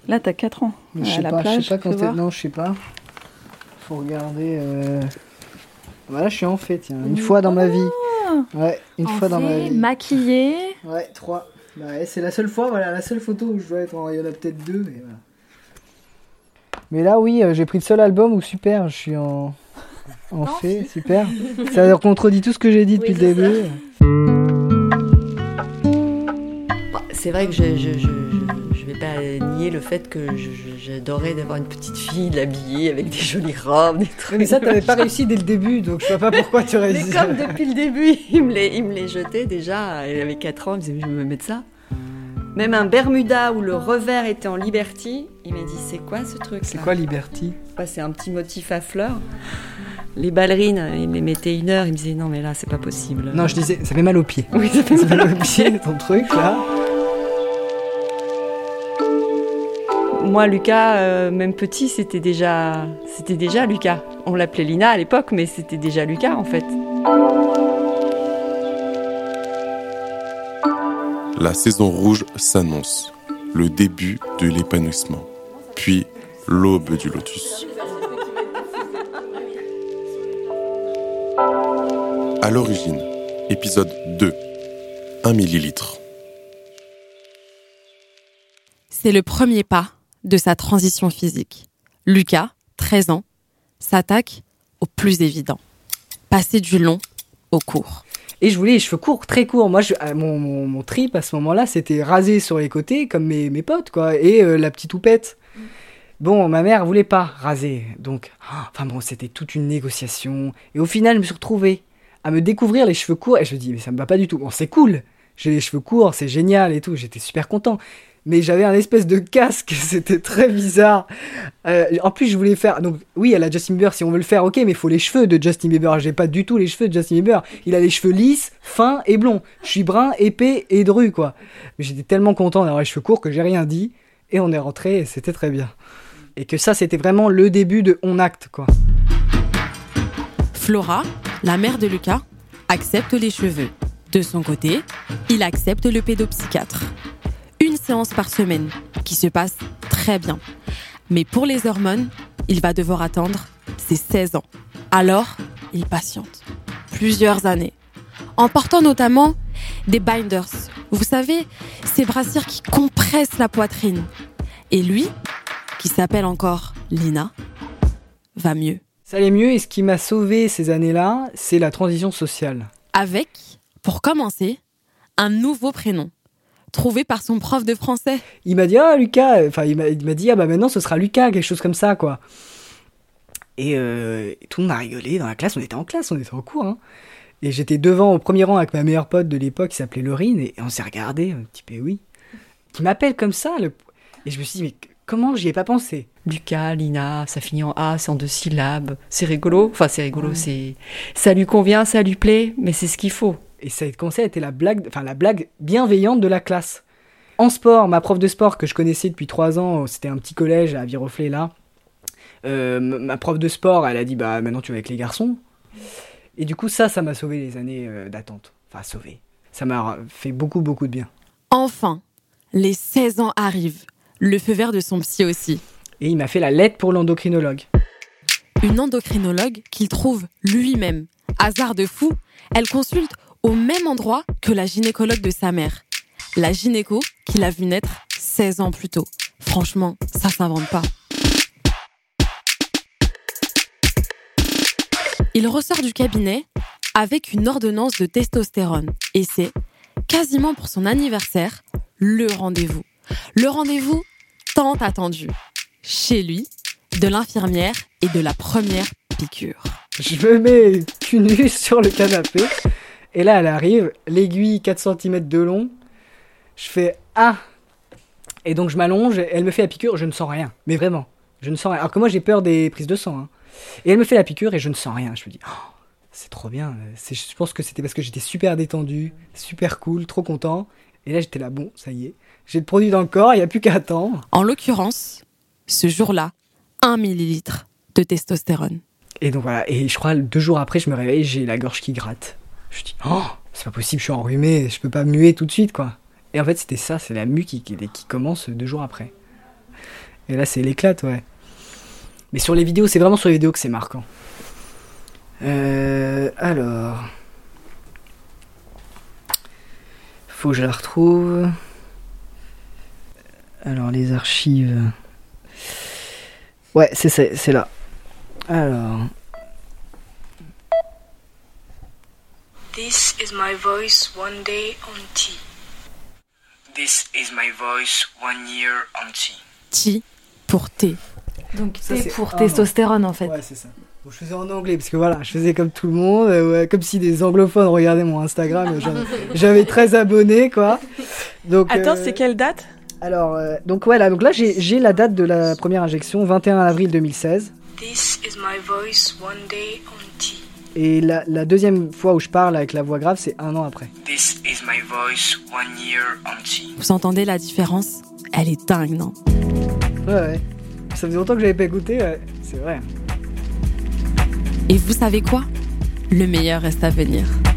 Là, t'as 4 ans. Je sais pas quand t'es... Non, je sais pas. Faut regarder... Voilà, je suis en fait, tiens. Une fois dans ma vie. Ouais, une fois dans ma vie. Maquillée. Ouais, 3. Bah ouais, c'est la seule fois, voilà, la seule photo où je dois être il y en a peut-être 2, mais voilà. Mais là, oui, j'ai pris le seul album où super, je suis en fait, super. Ça contredit tout ce que j'ai dit depuis le début. C'est vrai que je vais pas nier le fait que j'adorais d'avoir une petite fille, de l'habiller avec des jolies robes, des trucs. Mais ça, t'avais pas réussi dès le début, donc je vois pas pourquoi tu aurais Mais dit. comme depuis le début, il me les jetait déjà. Il avait 4 ans, il me disait, je vais me mettre ça. Même un Bermuda où le revers était en Liberty, il m'a dit, c'est quoi ce truc? C'est quoi Liberty? C'est un petit motif à fleurs. Les ballerines, il me mettait 1 heure, il me disait, non mais là, c'est pas possible. Non, je disais, ça fait mal aux pieds. Oui, ça fait mal aux pieds. Ton truc, là. Moi, Lucas, même petit, c'était déjà Lucas. On l'appelait Lina à l'époque, mais c'était déjà Lucas, en fait. La saison rouge s'annonce, le début de l'épanouissement, puis l'aube du lotus. À l'origine, épisode 2, 1 millilitre. C'est le premier pas de sa transition physique. Lucas, 13 ans, s'attaque au plus évident. Passer du long au court. Et je voulais les cheveux courts, très courts. Moi, mon trip à ce moment-là, c'était rasé sur les côtés, comme mes potes, quoi. Et la petite houppette. Bon, ma mère voulait pas raser. Donc, enfin bon, c'était toute une négociation. Et au final, je me suis retrouvé à me découvrir les cheveux courts. Et je me dis, mais ça me va pas du tout. Bon, c'est cool. J'ai les cheveux courts, c'est génial et tout. J'étais super content. Mais j'avais un espèce de casque, c'était très bizarre. En plus, je voulais faire... Donc, oui, à la Justin Bieber, si on veut le faire, ok, mais il faut les cheveux de Justin Bieber. J'ai pas du tout les cheveux de Justin Bieber. Il a les cheveux lisses, fins et blonds. Je suis brun, épais et dru, quoi. Mais j'étais tellement content d'avoir les cheveux courts que j'ai rien dit. Et on est rentré et c'était très bien. Et que ça, c'était vraiment le début de On Acte, quoi. Flora, la mère de Lucas, accepte les cheveux. De son côté, il accepte le pédopsychiatre. Une séance par semaine, qui se passe très bien. Mais pour les hormones, il va devoir attendre ses 16 ans. Alors, il patiente. Plusieurs années. En portant notamment des binders. Vous savez, ces brassières qui compressent la poitrine. Et lui, qui s'appelle encore Lina, va mieux. Ça allait mieux et ce qui m'a sauvé ces années-là, c'est la transition sociale. Avec, pour commencer, un nouveau prénom. Trouvé par son prof de français. Il m'a dit Lucas, enfin il m'a dit maintenant ce sera Lucas, quelque chose comme ça quoi. Et tout le monde a rigolé dans la classe, on était en cours hein. Et j'étais devant au premier rang avec ma meilleure pote de l'époque qui s'appelait Laurine et on s'est regardé, un petit peu oui. Qui m'appelle comme ça et je me suis dit mais comment j'y ai pas pensé. Lucas, Lina, ça finit en A, c'est en 2 syllabes, c'est rigolo, ça lui convient, ça lui plaît, mais c'est ce qu'il faut. Et ça a commencé à être la blague bienveillante de la classe. En sport, ma prof de sport que je connaissais depuis 3 ans, c'était un petit collège à Viroflay là. Ma prof de sport, elle a dit bah maintenant tu vas avec les garçons. Et du coup ça m'a sauvé les années d'attente. Enfin sauvé. Ça m'a fait beaucoup de bien. Enfin, les 16 ans arrivent. Le feu vert de son psy aussi. Et il m'a fait la lettre pour l'endocrinologue. Une endocrinologue qu'il trouve lui-même. Hasard de fou, elle consulte au même endroit que la gynécologue de sa mère. La gynéco qu'il a vu naître 16 ans plus tôt. Franchement, ça s'invente pas. Il ressort du cabinet avec une ordonnance de testostérone. Et c'est, quasiment pour son anniversaire, le rendez-vous. Le rendez-vous tant attendu. Chez lui, de l'infirmière et de la première piqûre. Je me mets cul nu sur le canapé. Et là, elle arrive, l'aiguille 4 cm de long. Je fais « Ah !» Et donc, je m'allonge, elle me fait la piqûre, je ne sens rien. Mais vraiment, je ne sens rien. Alors que moi, j'ai peur des prises de sang. Hein. Et elle me fait la piqûre et je ne sens rien. Je me dis oh, « C'est trop bien. » Je pense que c'était parce que j'étais super détendu, super cool, trop content. Et là, j'étais là, bon, ça y est. J'ai le produit dans le corps, il n'y a plus qu'à attendre. En l'occurrence, ce jour-là, 1 millilitre de testostérone. Et donc voilà, et je crois 2 jours après, je me réveille, j'ai la gorge qui gratte. Je dis, oh, c'est pas possible, je suis enrhumé, je peux pas muer tout de suite, quoi. Et en fait, c'était ça, c'est la mue qui commence 2 jours après. Et là, c'est l'éclate, ouais. Mais sur les vidéos, c'est vraiment sur les vidéos que c'est marquant. Alors... Faut que je la retrouve. Alors, les archives... Ouais, c'est là. Alors... This is my voice one day on T. This is my voice 1 year on T. T pour T. Donc Ça, T c'est pour un testostérone en fait. Ouais, c'est ça. Bon, je faisais en anglais, parce que voilà, je faisais comme tout le monde, ouais, comme si des anglophones regardaient mon Instagram. J'avais 13 abonnés, quoi. Donc, Attends, c'est quelle date? Alors, donc voilà, donc là j'ai la date de la première injection, 21 avril 2016. This is my voice one day on T. Et la deuxième fois où je parle avec la voix grave, c'est 1 an après. This is my voice 1 year on T. Vous entendez la différence? Elle est dingue, non? Ouais. Ça faisait longtemps que j'avais pas écouté, ouais. C'est vrai. Et vous savez quoi? Le meilleur reste à venir.